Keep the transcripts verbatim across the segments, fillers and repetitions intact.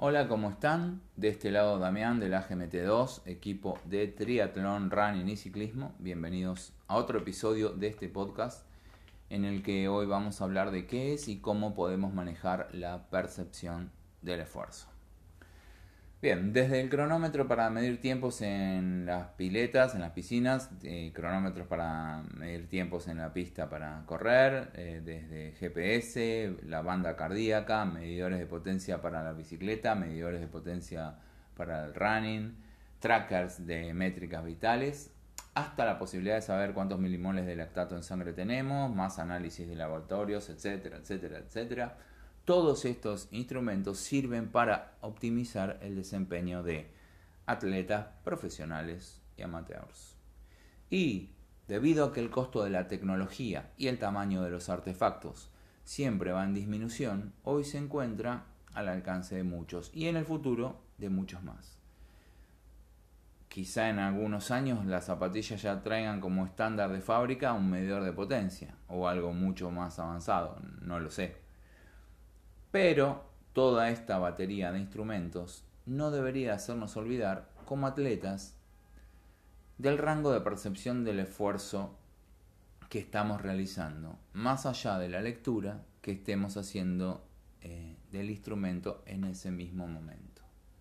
Hola, ¿cómo están? De este lado Damián del A G M T dos, equipo de triatlón, running y ciclismo. Bienvenidos a otro episodio de este podcast en el que hoy vamos a hablar de qué es y cómo podemos manejar la percepción del esfuerzo. Bien, desde el cronómetro para medir tiempos en las piletas, en las piscinas, eh, cronómetros para medir tiempos en la pista para correr, eh, desde G P S, la banda cardíaca, medidores de potencia para la bicicleta, medidores de potencia para el running, trackers de métricas vitales, hasta la posibilidad de saber cuántos milimoles de lactato en sangre tenemos, más análisis de laboratorios, etcétera, etcétera, etcétera. Todos estos instrumentos sirven para optimizar el desempeño de atletas profesionales y amateurs. Y debido a que el costo de la tecnología y el tamaño de los artefactos siempre va en disminución, hoy se encuentra al alcance de muchos y en el futuro de muchos más. Quizá en algunos años las zapatillas ya traigan como estándar de fábrica un medidor de potencia o algo mucho más avanzado, no lo sé. Pero toda esta batería de instrumentos no debería hacernos olvidar, como atletas, del rango de percepción del esfuerzo que estamos realizando, más allá de la lectura que estemos haciendo eh, del instrumento en ese mismo momento.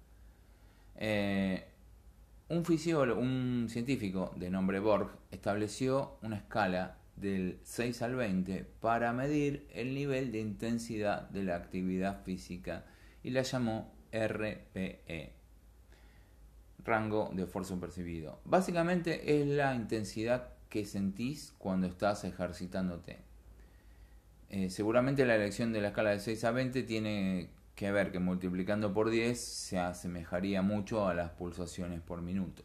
Eh, un fisiólogo, un científico de nombre Borg estableció una escala del seis al veinte para medir el nivel de intensidad de la actividad física y la llamó R P E, rango de esfuerzo percibido. Básicamente es la intensidad que sentís cuando estás ejercitándote. Eh, seguramente la elección de la escala de seis a veinte tiene que ver que multiplicando por diez se asemejaría mucho a las pulsaciones por minuto.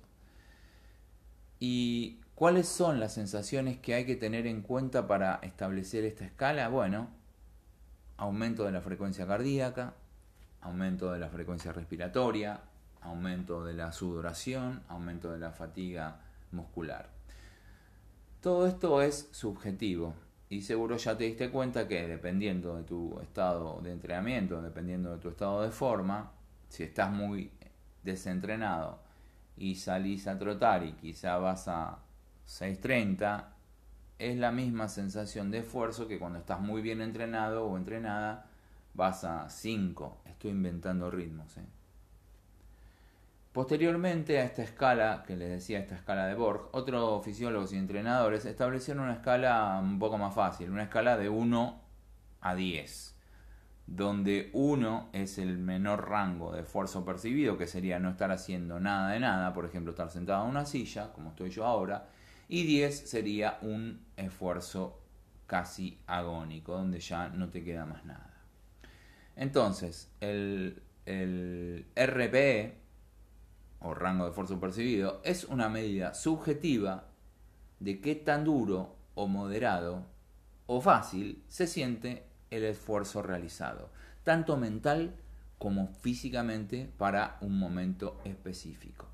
¿Y cuáles son las sensaciones que hay que tener en cuenta para establecer esta escala? Bueno, aumento de la frecuencia cardíaca, aumento de la frecuencia respiratoria, aumento de la sudoración, aumento de la fatiga muscular. Todo esto es subjetivo y seguro ya te diste cuenta que dependiendo de tu estado de entrenamiento, dependiendo de tu estado de forma, si estás muy desentrenado y salís a trotar y quizá vas a seis treinta, es la misma sensación de esfuerzo que cuando estás muy bien entrenado o entrenada vas a cinco. Estoy inventando ritmos. ¿eh? Posteriormente a esta escala, que les decía, esta escala de Borg, otros fisiólogos y entrenadores establecieron una escala un poco más fácil, una escala de uno a diez. Donde uno es el menor rango de esfuerzo percibido, que sería no estar haciendo nada de nada, por ejemplo, estar sentado en una silla, como estoy yo ahora, y diez sería un esfuerzo casi agónico, donde ya no te queda más nada. Entonces, el, el R P E, o rango de esfuerzo percibido, es una medida subjetiva de qué tan duro o moderado o fácil se siente el esfuerzo realizado, tanto mental como físicamente para un momento específico.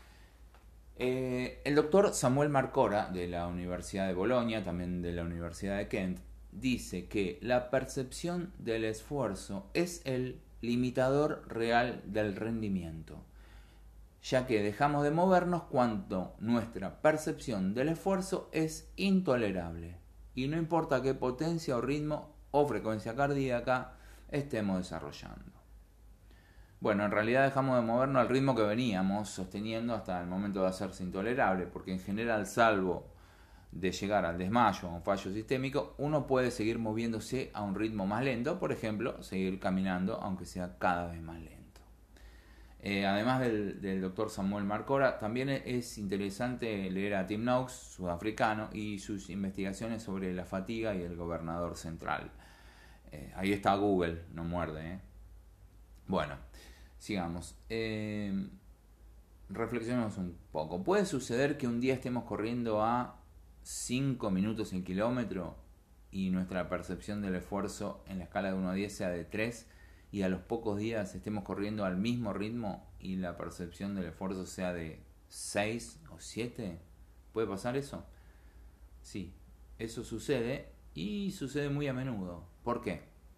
Eh, el doctor Samuel Marcora, de la Universidad de Bolonia, también de la Universidad de Kent, dice que la percepción del esfuerzo es el limitador real del rendimiento, ya que dejamos de movernos cuando nuestra percepción del esfuerzo es intolerable, y no importa qué potencia o ritmo o frecuencia cardíaca estemos desarrollando. Bueno, en realidad dejamos de movernos al ritmo que veníamos sosteniendo hasta el momento de hacerse intolerable, porque en general, salvo de llegar al desmayo o a un fallo sistémico, uno puede seguir moviéndose a un ritmo más lento, por ejemplo, seguir caminando aunque sea cada vez más lento. Eh, además del, del doctor Samuel Marcora, también es interesante leer a Tim Noakes, sudafricano, y sus investigaciones sobre la fatiga y el gobernador central. Eh, ahí está Google, no muerde. ¿eh? Bueno, sigamos. Eh, reflexionemos un poco. ¿Puede suceder que un día estemos corriendo a cinco minutos el kilómetro y nuestra percepción del esfuerzo en la escala de uno a diez sea de tres? Y a los pocos días estemos corriendo al mismo ritmo y la percepción del esfuerzo sea de seis o siete. ¿Puede pasar eso? Sí, eso sucede y sucede muy a menudo. ¿Por qué?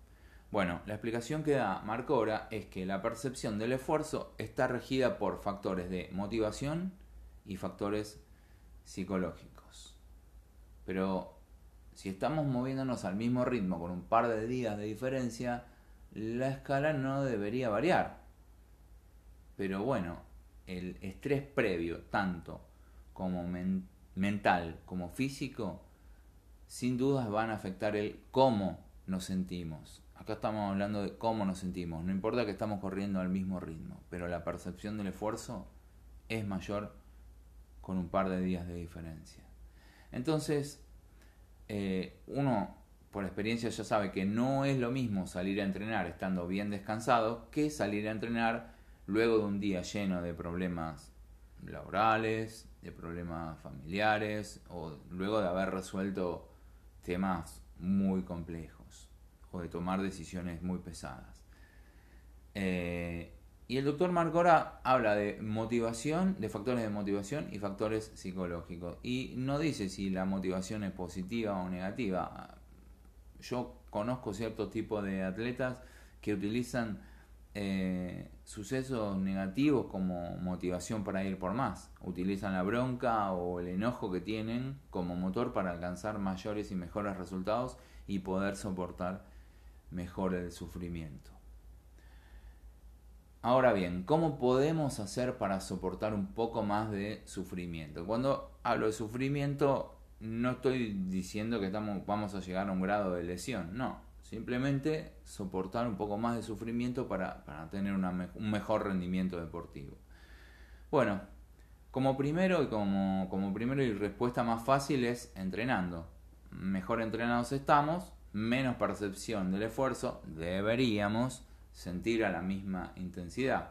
Bueno, la explicación que da Marcora es que la percepción del esfuerzo está regida por factores de motivación y factores psicológicos. Pero si estamos moviéndonos al mismo ritmo con un par de días de diferencia, la escala no debería variar. Pero bueno, el estrés previo, tanto como men- mental como físico, sin dudas van a afectar el cómo nos sentimos. Acá estamos hablando de cómo nos sentimos. No importa que estamos corriendo al mismo ritmo, pero la percepción del esfuerzo es mayor con un par de días de diferencia. Entonces, eh, uno por experiencia ya sabe que no es lo mismo salir a entrenar estando bien descansado que salir a entrenar luego de un día lleno de problemas laborales, de problemas familiares o luego de haber resuelto temas muy complejos o de tomar decisiones muy pesadas. Eh, y el doctor Marcora habla de motivación, de factores de motivación y factores psicológicos. Y no dice si la motivación es positiva o negativa. Yo conozco cierto tipo de atletas que utilizan eh, sucesos negativos como motivación para ir por más. Utilizan la bronca o el enojo que tienen como motor para alcanzar mayores y mejores resultados y poder soportar mejor el sufrimiento. Ahora bien, ¿cómo podemos hacer para soportar un poco más de sufrimiento? Cuando hablo de sufrimiento, no estoy diciendo que estamos, vamos a llegar a un grado de lesión, no. Simplemente soportar un poco más de sufrimiento para, para tener una, un mejor rendimiento deportivo. Bueno, como primero y como, como primero y respuesta más fácil es entrenando. Mejor entrenados estamos, menos percepción del esfuerzo deberíamos sentir a la misma intensidad.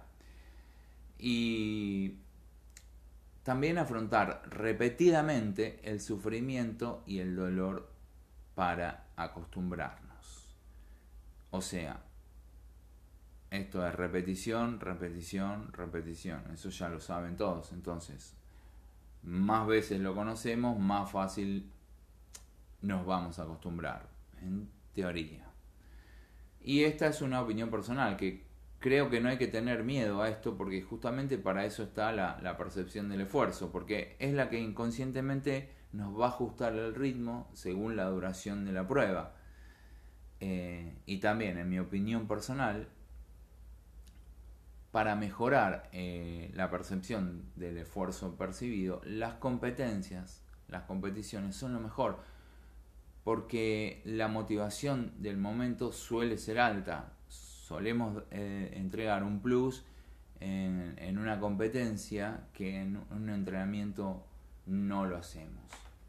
Y también afrontar repetidamente el sufrimiento y el dolor para acostumbrarnos. O sea, esto es repetición, repetición, repetición. Eso ya lo saben todos. Entonces, más veces lo conocemos, más fácil nos vamos a acostumbrar, en teoría. Y esta es una opinión personal, que creo que no hay que tener miedo a esto, porque justamente para eso está la, la percepción del esfuerzo, porque es la que inconscientemente nos va a ajustar el ritmo según la duración de la prueba. Eh, y también, en mi opinión personal, para mejorar eh, la percepción del esfuerzo percibido, las competencias, las competiciones son lo mejor, porque la motivación del momento suele ser alta. Solemos eh, entregar un plus en, en una competencia que en un entrenamiento no lo hacemos.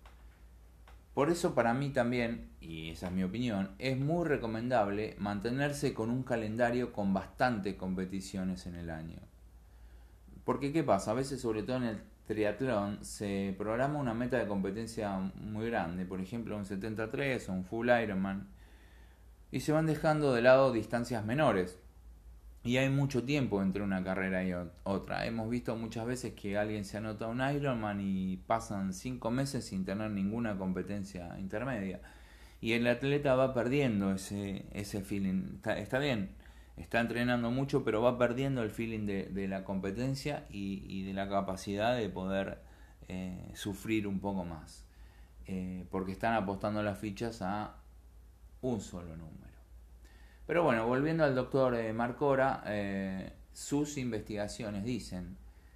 Por eso para mí también, y esa es mi opinión, es muy recomendable mantenerse con un calendario con bastantes competiciones en el año. Porque ¿qué pasa? A veces, sobre todo en el triatlón, se programa una meta de competencia muy grande, por ejemplo un setenta y tres o un full Ironman, y se van dejando de lado distancias menores. Y hay mucho tiempo entre una carrera y otra. Hemos visto muchas veces que alguien se anota un Ironman y pasan cinco meses sin tener ninguna competencia intermedia. Y el atleta va perdiendo ese, ese feeling. Está, está bien, está entrenando mucho, pero va perdiendo el feeling de, de la competencia y, y de la capacidad de poder eh, sufrir un poco más. Eh, porque están apostando las fichas a un solo número. Pero bueno, volviendo al doctor eh, Marcora, eh, sus investigaciones dicen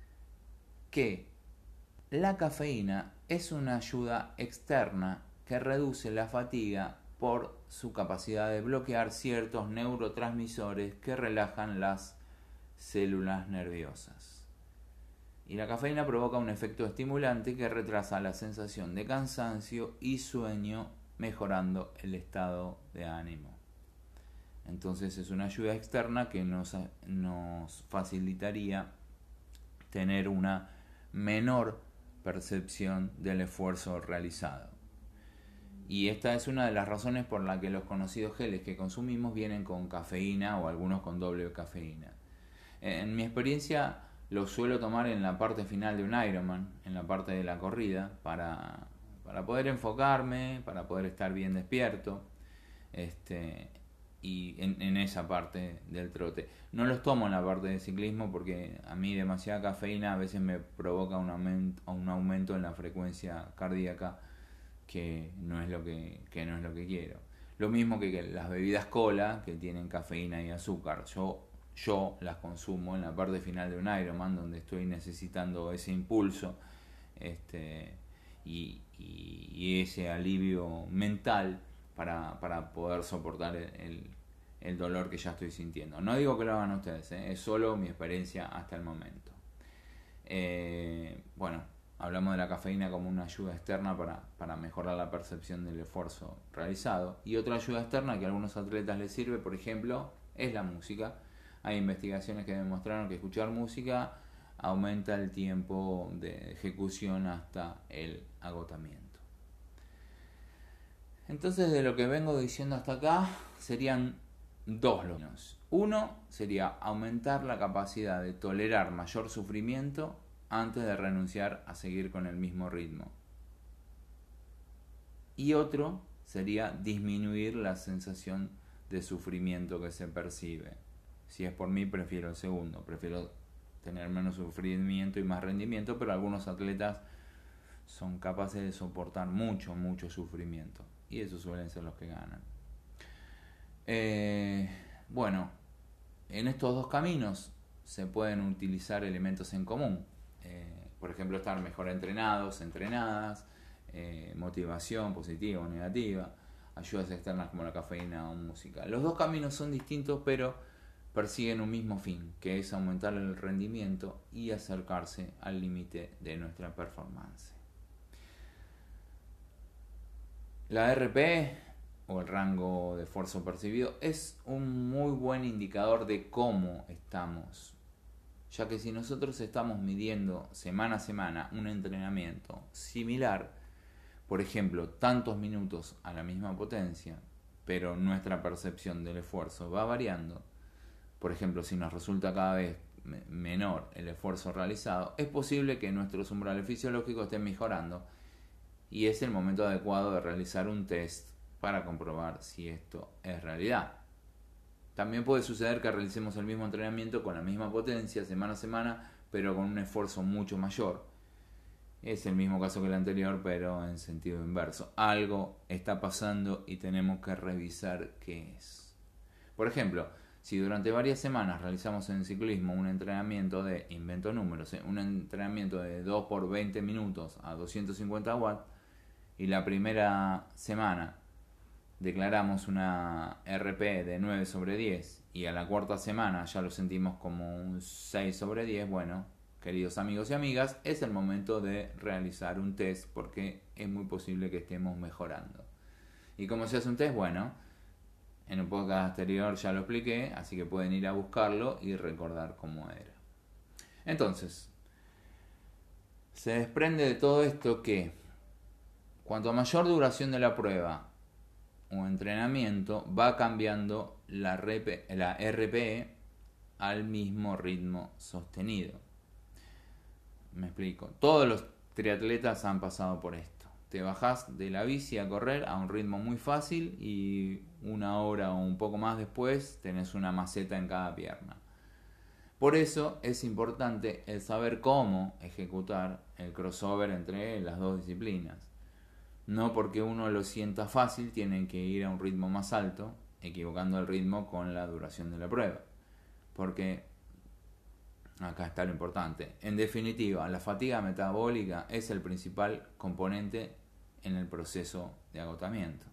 que la cafeína es una ayuda externa que reduce la fatiga por su capacidad de bloquear ciertos neurotransmisores que relajan las células nerviosas. Y la cafeína provoca un efecto estimulante que retrasa la sensación de cansancio y sueño, mejorando el estado de ánimo. Entonces es una ayuda externa que nos, nos facilitaría tener una menor percepción del esfuerzo realizado. Y esta es una de las razones por la que los conocidos geles que consumimos vienen con cafeína o algunos con doble cafeína. En mi experiencia lo suelo tomar en la parte final de un Ironman, en la parte de la corrida, para, para poder enfocarme, para poder estar bien despierto. Este... y en, en esa parte del trote. No los tomo en la parte de ciclismo porque a mí demasiada cafeína a veces me provoca un aumento, un aumento en la frecuencia cardíaca que no es lo que, que no es lo que quiero. Lo mismo que, que las bebidas cola que tienen cafeína y azúcar. Yo, yo las consumo en la parte final de un Ironman donde estoy necesitando ese impulso este, y, y, y ese alivio mental para, para poder soportar el, el, el dolor que ya estoy sintiendo. No digo que lo hagan ustedes, ¿eh? Es solo mi experiencia hasta el momento. Eh, bueno, hablamos de la cafeína como una ayuda externa para, para mejorar la percepción del esfuerzo realizado. Y otra ayuda externa que a algunos atletas les sirve, por ejemplo, es la música. Hay investigaciones que demostraron que escuchar música aumenta el tiempo de ejecución hasta el agotamiento. Entonces, de lo que vengo diciendo hasta acá, serían dos los. Uno sería aumentar la capacidad de tolerar mayor sufrimiento antes de renunciar a seguir con el mismo ritmo. Y otro sería disminuir la sensación de sufrimiento que se percibe. Si es por mí, prefiero el segundo. Prefiero tener menos sufrimiento y más rendimiento, pero algunos atletas son capaces de soportar mucho, mucho sufrimiento. Y esos suelen ser los que ganan. Eh, bueno, en estos dos caminos se pueden utilizar elementos en común. Eh, por ejemplo, estar mejor entrenados, entrenadas, eh, motivación positiva o negativa, ayudas externas como la cafeína o música. Los dos caminos son distintos, pero persiguen un mismo fin, que es aumentar el rendimiento y acercarse al límite de nuestra performance. La R P, o el rango de esfuerzo percibido, es un muy buen indicador de cómo estamos, ya que si nosotros estamos midiendo semana a semana un entrenamiento similar, por ejemplo, tantos minutos a la misma potencia, pero nuestra percepción del esfuerzo va variando, por ejemplo, si nos resulta cada vez menor el esfuerzo realizado, es posible que nuestros umbrales fisiológicos estén mejorando y es el momento adecuado de realizar un test para comprobar si esto es realidad. También puede suceder que realicemos el mismo entrenamiento con la misma potencia semana a semana, pero con un esfuerzo mucho mayor. Es el mismo caso que el anterior, pero en sentido inverso. Algo está pasando y tenemos que revisar qué es. Por ejemplo, si durante varias semanas realizamos en ciclismo un entrenamiento de, invento números, ¿eh? un entrenamiento de dos por veinte minutos a doscientos cincuenta watts, y la primera semana declaramos una R P de nueve sobre diez y a la cuarta semana ya lo sentimos como un seis sobre diez, bueno, queridos amigos y amigas, es el momento de realizar un test porque es muy posible que estemos mejorando. ¿Y cómo se hace un test? Bueno, en un podcast anterior ya lo expliqué, así que pueden ir a buscarlo y recordar cómo era. Entonces, se desprende de todo esto que cuanto mayor duración de la prueba o entrenamiento, va cambiando la R P, la R P E al mismo ritmo sostenido. Me explico. Todos los triatletas han pasado por esto. Te bajás de la bici a correr a un ritmo muy fácil y una hora o un poco más después tenés una maceta en cada pierna. Por eso es importante el saber cómo ejecutar el crossover entre las dos disciplinas. No porque uno lo sienta fácil tienen que ir a un ritmo más alto, equivocando el ritmo con la duración de la prueba. Porque acá está lo importante. En definitiva, la fatiga metabólica es el principal componente en el proceso de agotamiento.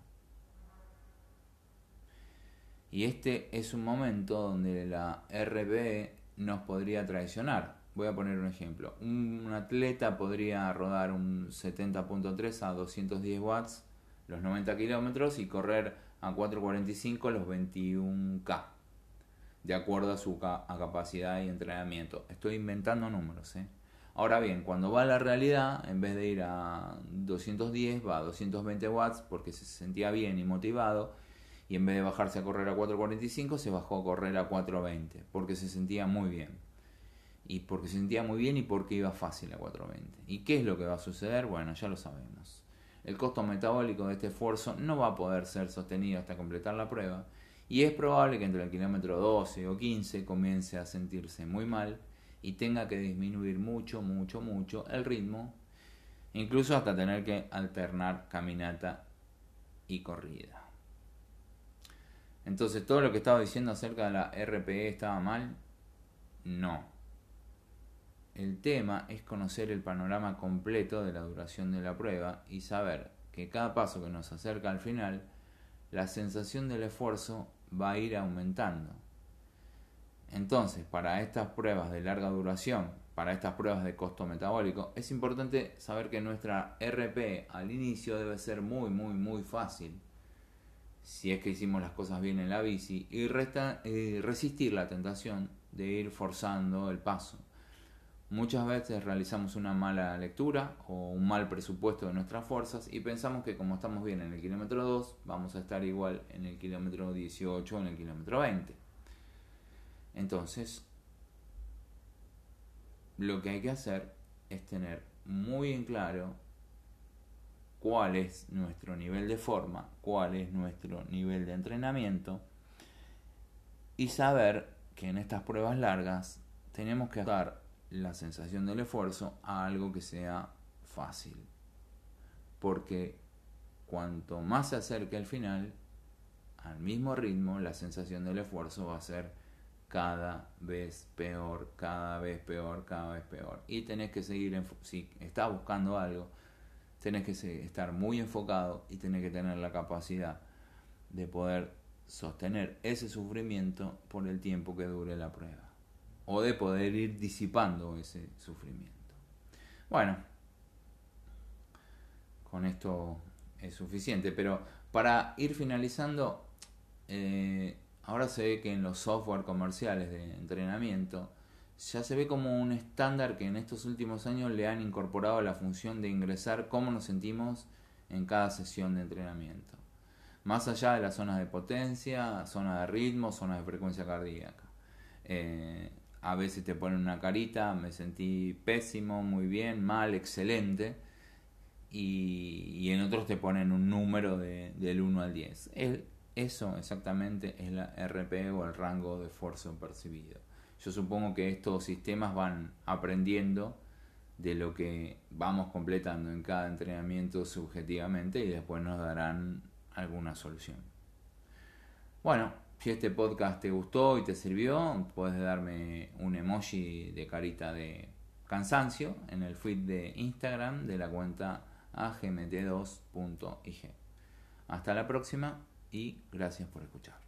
Y este es un momento donde la R P E nos podría traicionar. Voy a poner un ejemplo. Un atleta podría rodar un setenta punto tres a doscientos diez watts los noventa kilómetros y correr a cuatro cuarenta y cinco los veintiuno K, de acuerdo a su ca- a capacidad y entrenamiento. Estoy inventando números, ¿eh? Ahora bien, cuando va a la realidad, en vez de ir a doscientos diez, va a doscientos veinte watts porque se sentía bien y motivado, y en vez de bajarse a correr a cuatro cuarenta y cinco, se bajó a correr a cuatro veinte porque se sentía muy bien. Y porque se sentía muy bien y porque iba fácil a cuatro veinte. ¿Y qué es lo que va a suceder? Bueno, ya lo sabemos. El costo metabólico de este esfuerzo no va a poder ser sostenido hasta completar la prueba Y es probable que entre el kilómetro doce o quince comience a sentirse muy mal y tenga que disminuir mucho, mucho, mucho el ritmo, incluso hasta tener que alternar caminata y corrida. Entonces, ¿todo lo que estaba diciendo acerca de la R P E estaba mal? No. El tema es conocer el panorama completo de la duración de la prueba y saber que cada paso que nos acerca al final, la sensación del esfuerzo va a ir aumentando. Entonces, para estas pruebas de larga duración, para estas pruebas de costo metabólico, es importante saber que nuestra R P al inicio debe ser muy, muy, muy fácil, si es que hicimos las cosas bien en la bici, y resta, eh, resistir la tentación de ir forzando el paso. Muchas veces realizamos una mala lectura o un mal presupuesto de nuestras fuerzas y pensamos que como estamos bien en el kilómetro dos, vamos a estar igual en el kilómetro dieciocho o en el kilómetro veinte. Entonces, lo que hay que hacer es tener muy en claro cuál es nuestro nivel de forma, cuál es nuestro nivel de entrenamiento y saber que en estas pruebas largas tenemos que adaptar la sensación del esfuerzo a algo que sea fácil, porque cuanto más se acerque al final, al mismo ritmo, la sensación del esfuerzo va a ser cada vez peor, cada vez peor, cada vez peor. Y tenés que seguir, en, si estás buscando algo, tenés que estar muy enfocado y tenés que tener la capacidad de poder sostener ese sufrimiento por el tiempo que dure la prueba, o de poder ir disipando ese sufrimiento. Bueno, con esto es suficiente, pero para ir finalizando, eh, ahora se ve que en los software comerciales de entrenamiento ya se ve como un estándar que en estos últimos años le han incorporado la función de ingresar cómo nos sentimos en cada sesión de entrenamiento, más allá de las zonas de potencia, zona de ritmo, zonas de frecuencia cardíaca. Eh, a veces te ponen una carita, me sentí pésimo, muy bien, mal, excelente, y, y en otros te ponen un número de, del uno al diez. El, eso exactamente es la R P E o el rango de esfuerzo percibido. Yo supongo que estos sistemas van aprendiendo de lo que vamos completando en cada entrenamiento subjetivamente y después nos darán alguna solución. Bueno, si este podcast te gustó y te sirvió, puedes darme un emoji de carita de cansancio en el feed de Instagram de la cuenta a g m t dos punto i g. Hasta la próxima y gracias por escuchar.